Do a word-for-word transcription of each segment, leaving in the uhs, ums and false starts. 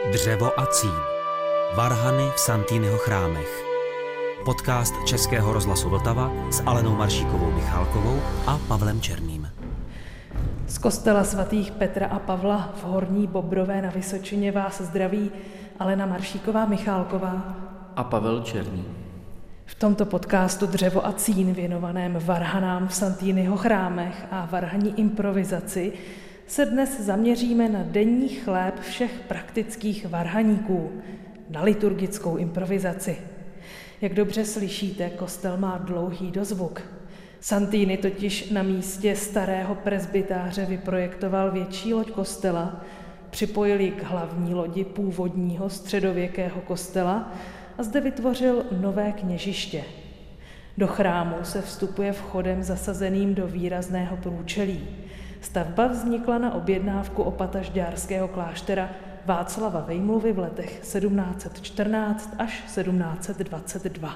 Dřevo a cín. Varhany v Santýnyho chrámech. Podcast Českého rozhlasu Vltava s Alenou Maršíkovou Michálkovou a Pavlem Černým. Z kostela svatých Petra a Pavla v Horní Bobrové na Vysočině vás zdraví Alena Maršíková Michálková a Pavel Černý. V tomto podcastu Dřevo a cín věnovaném varhanám v Santýnyho chrámech a varhanní improvizaci se dnes zaměříme na denní chléb všech praktických varhaníků, na liturgickou improvizaci. Jak dobře slyšíte, kostel má dlouhý dozvuk. Santýny totiž na místě starého presbytáře vyprojektoval větší loď kostela, připojili k hlavní lodi původního středověkého kostela a zde vytvořil nové kněžiště. Do chrámu se vstupuje vchodem zasazeným do výrazného průčelí. Stavba vznikla na objednávku opata žďárského kláštera Václava Vejmluvy v letech sedmnáct set čtrnáct až sedmnáct set dvacet dva.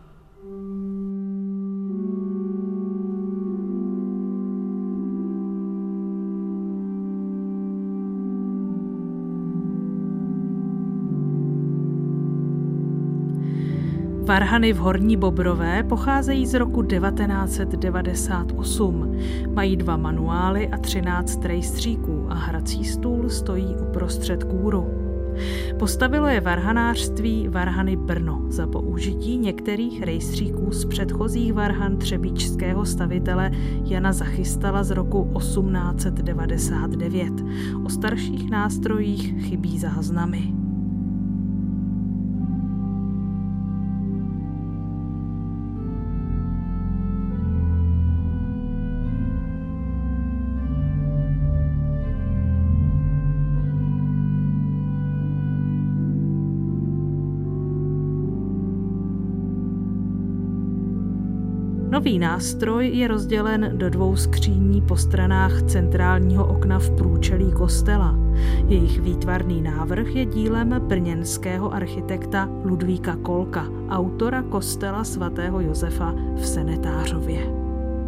Varhany v Horní Bobrové pocházejí z roku devatenáct set devadesát osm. Mají dva manuály a třináct rejstříků a hrací stůl stojí uprostřed kůru. Postavilo je varhanářství Varhany Brno za použití některých rejstříků z předchozích varhan třebíčského stavitele Jana Zachystala z roku osmnáct set devadesát devět. O starších nástrojích chybí záznamy. Nový nástroj je rozdělen do dvou skříní po stranách centrálního okna v průčelí kostela. Jejich výtvarný návrh je dílem brněnského architekta Ludvíka Kolka, autora kostela svatého Josefa v Senetářově.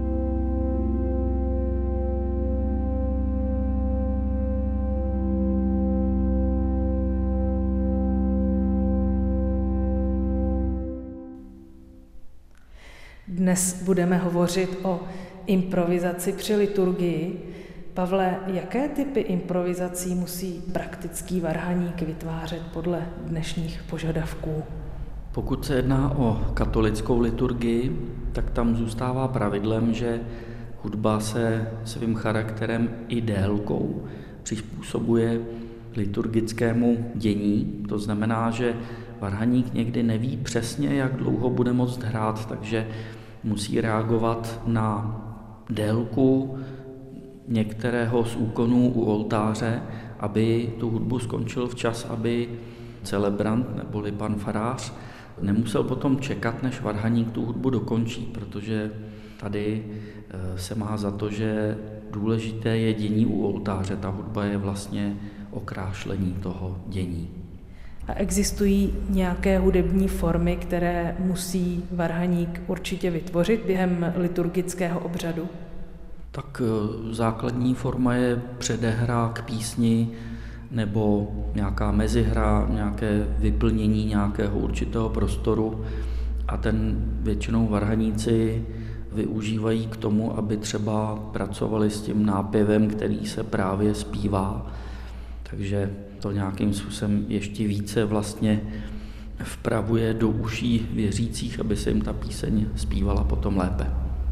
Dnes budeme hovořit o improvizaci při liturgii. Pavle, jaké typy improvizací musí praktický varhaník vytvářet podle dnešních požadavků? Pokud se jedná o katolickou liturgii, tak tam zůstává pravidlem, že hudba se svým charakterem i délkou přizpůsobuje liturgickému dění. To znamená, že varhaník někdy neví přesně, jak dlouho bude moct hrát, takže musí reagovat na délku některého z úkonů u oltáře, aby tu hudbu skončil včas, aby celebrant neboli pan farář nemusel potom čekat, než varhaník tu hudbu dokončí, protože tady se má za to, že důležité je dění u oltáře. Ta hudba je vlastně okrášlení toho dění. A existují nějaké hudební formy, které musí varhaník určitě vytvořit během liturgického obřadu? Tak základní forma je předehra k písni nebo nějaká mezihra, nějaké vyplnění nějakého určitého prostoru a ten většinou varhaníci využívají k tomu, aby třeba pracovali s tím nápěvem, který se právě zpívá. Takže to nějakým způsobem ještě více vlastně vpravuje do uší věřících, aby se jim ta píseň zpívala potom lépe.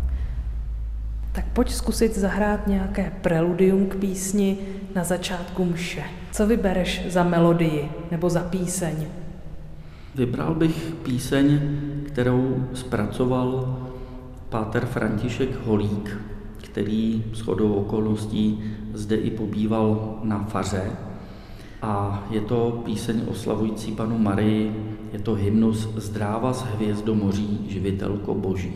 Tak pojď zkusit zahrát nějaké preludium k písni na začátku mše. Co vybereš za melodii nebo za píseň? Vybral bych píseň, kterou zpracoval páter František Holík, který shodou okolností zde i pobýval na faře. A je to píseň oslavující Panu Marii, je to hymnus Zdráva z hvězdomoří, živitelko Boží.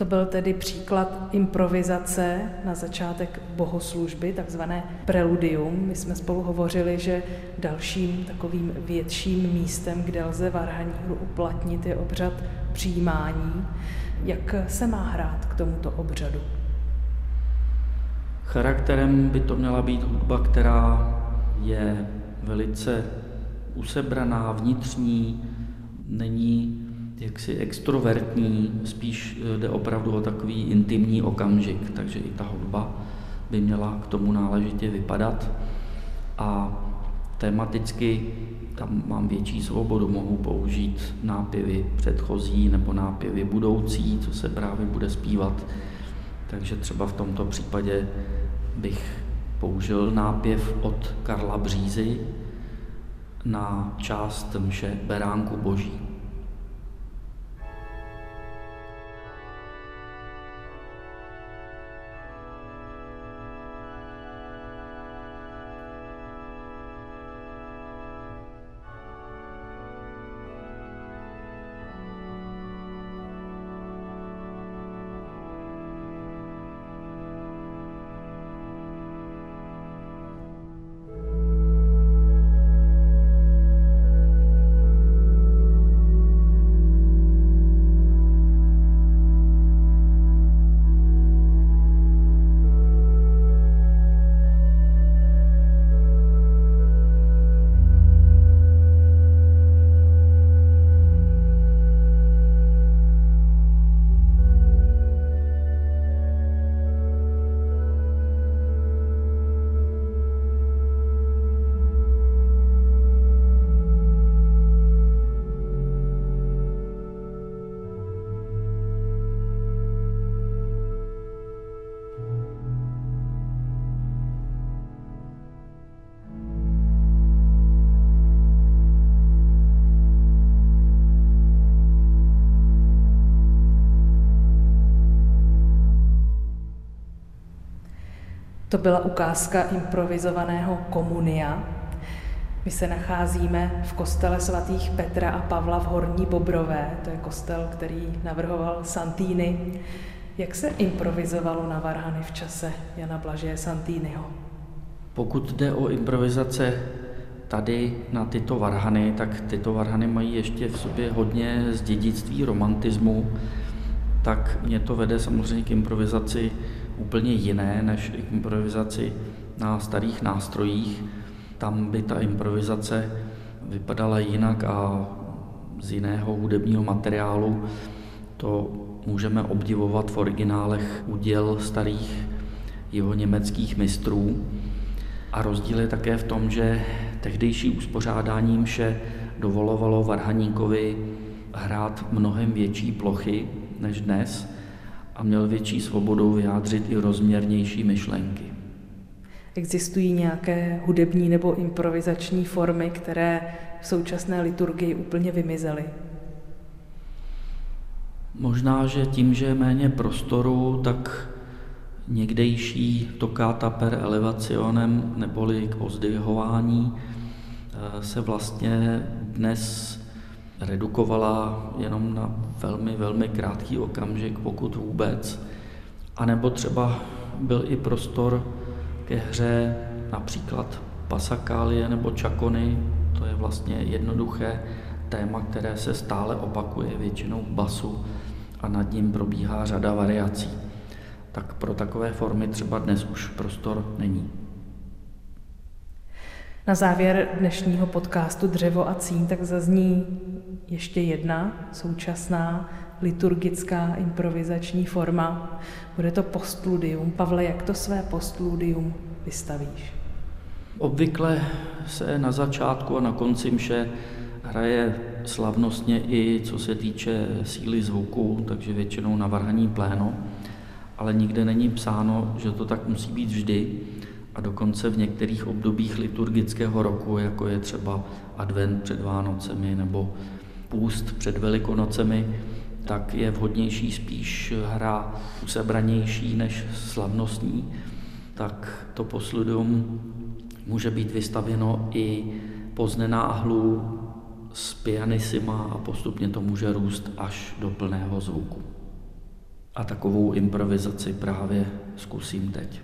To byl tedy příklad improvizace na začátek bohoslužby, takzvané preludium. My jsme spolu hovořili, že dalším takovým větším místem, kde lze varhaní hru uplatnit, je obřad přijímání. Jak se má hrát k tomuto obřadu? Charakterem by to měla být hudba, která je velice usebraná, vnitřní, není jaksi extrovertní, spíš jde opravdu o takový intimní okamžik, takže i ta hudba by měla k tomu náležitě vypadat. A tematicky tam mám větší svobodu, mohu použít nápěvy předchozí nebo nápěvy budoucí, co se právě bude zpívat. Takže třeba v tomto případě bych použil nápěv od Karla Břízy na část mše Beránku Boží. To byla ukázka improvizovaného komunia. My se nacházíme v kostele svatých Petra a Pavla v Horní Bobrové. To je kostel, který navrhoval Santini. Jak se improvizovalo na varhany v čase Jana Blažeje Santiniho? Pokud jde o improvizace tady na tyto varhany, tak tyto varhany mají ještě v sobě hodně z dědictví romantismu, tak mě to vede samozřejmě k improvizaci úplně jiné než k improvizaci na starých nástrojích. Tam by ta improvizace vypadala jinak a z jiného hudebního materiálu. To můžeme obdivovat v originálech u děl starých jihoněmeckých mistrů. A rozdíl je také v tom, že tehdejší uspořádání mše dovolovalo varhaníkovi hrát mnohem větší plochy než dnes a měl větší svobodu vyjádřit i rozměrnější myšlenky. Existují nějaké hudební nebo improvizační formy, které v současné liturgii úplně vymizely? Možná, že tím, že je méně prostoru, tak někdejší toccata per elevationem neboli k pozdvihování se vlastně dnes redukovala jenom na velmi, velmi krátký okamžik, pokud vůbec. A nebo třeba byl i prostor ke hře například Passacaglie nebo Čakony. To je vlastně jednoduché téma, které se stále opakuje většinou v basu a nad ním probíhá řada variací. Tak pro takové formy třeba dnes už prostor není. Na závěr dnešního podcastu Dřevo a cín tak zazní ještě jedna současná liturgická improvizační forma. Bude to postludium. Pavle, jak to své postludium vystavíš? Obvykle se na začátku a na konci mše hraje slavnostně i co se týče síly zvuku, takže většinou na varhaní pléno, ale nikde není psáno, že to tak musí být vždy. A dokonce v některých obdobích liturgického roku, jako je třeba advent před Vánocemi nebo půst před Velikonocemi, tak je vhodnější spíš hra usebranější než slavnostní. Tak to postludium může být vystavěno i pozdě náhlu z pianissima a postupně to může růst až do plného zvuku. A takovou improvizaci právě zkusím teď.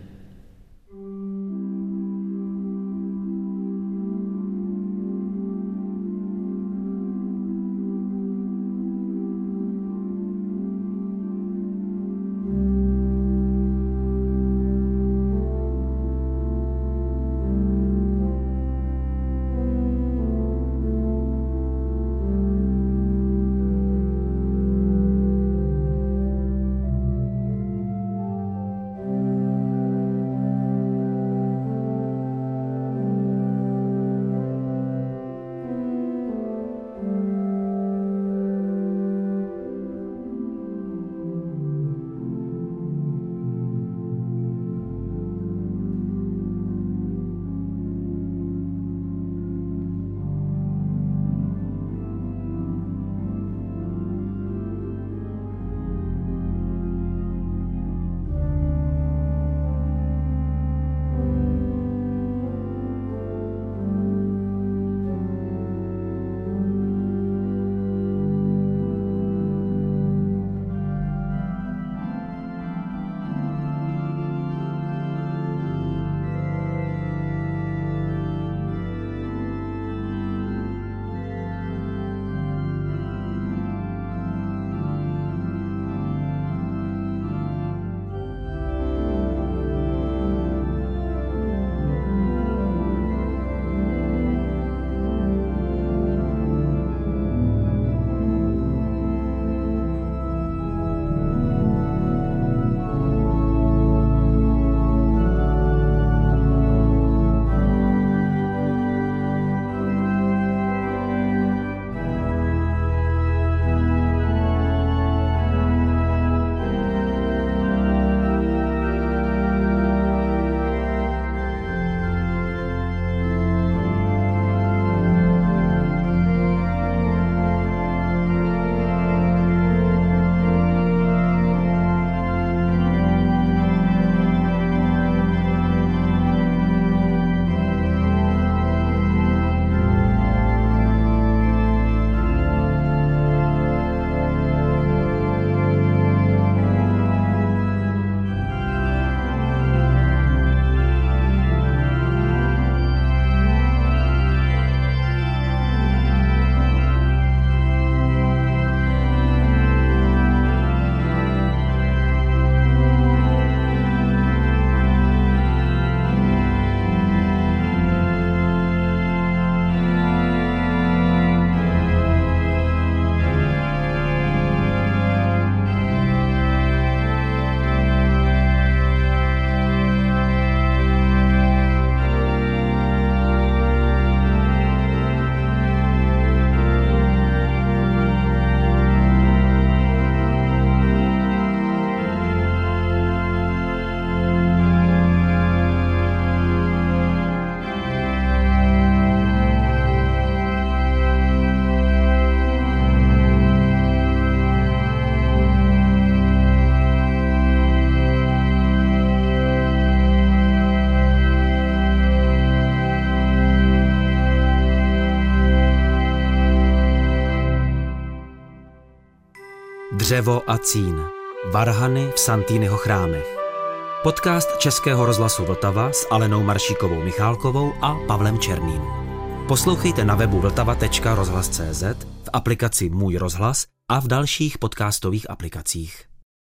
Dřevo a cín. Varhany v Santýnyho chrámech. Podcast Českého rozhlasu Vltava s Alenou Maršíkovou Michálkovou a Pavlem Černým. Poslouchejte na webu vltava tečka rozhlas tečka cé zet, v aplikaci Můj rozhlas a v dalších podcastových aplikacích.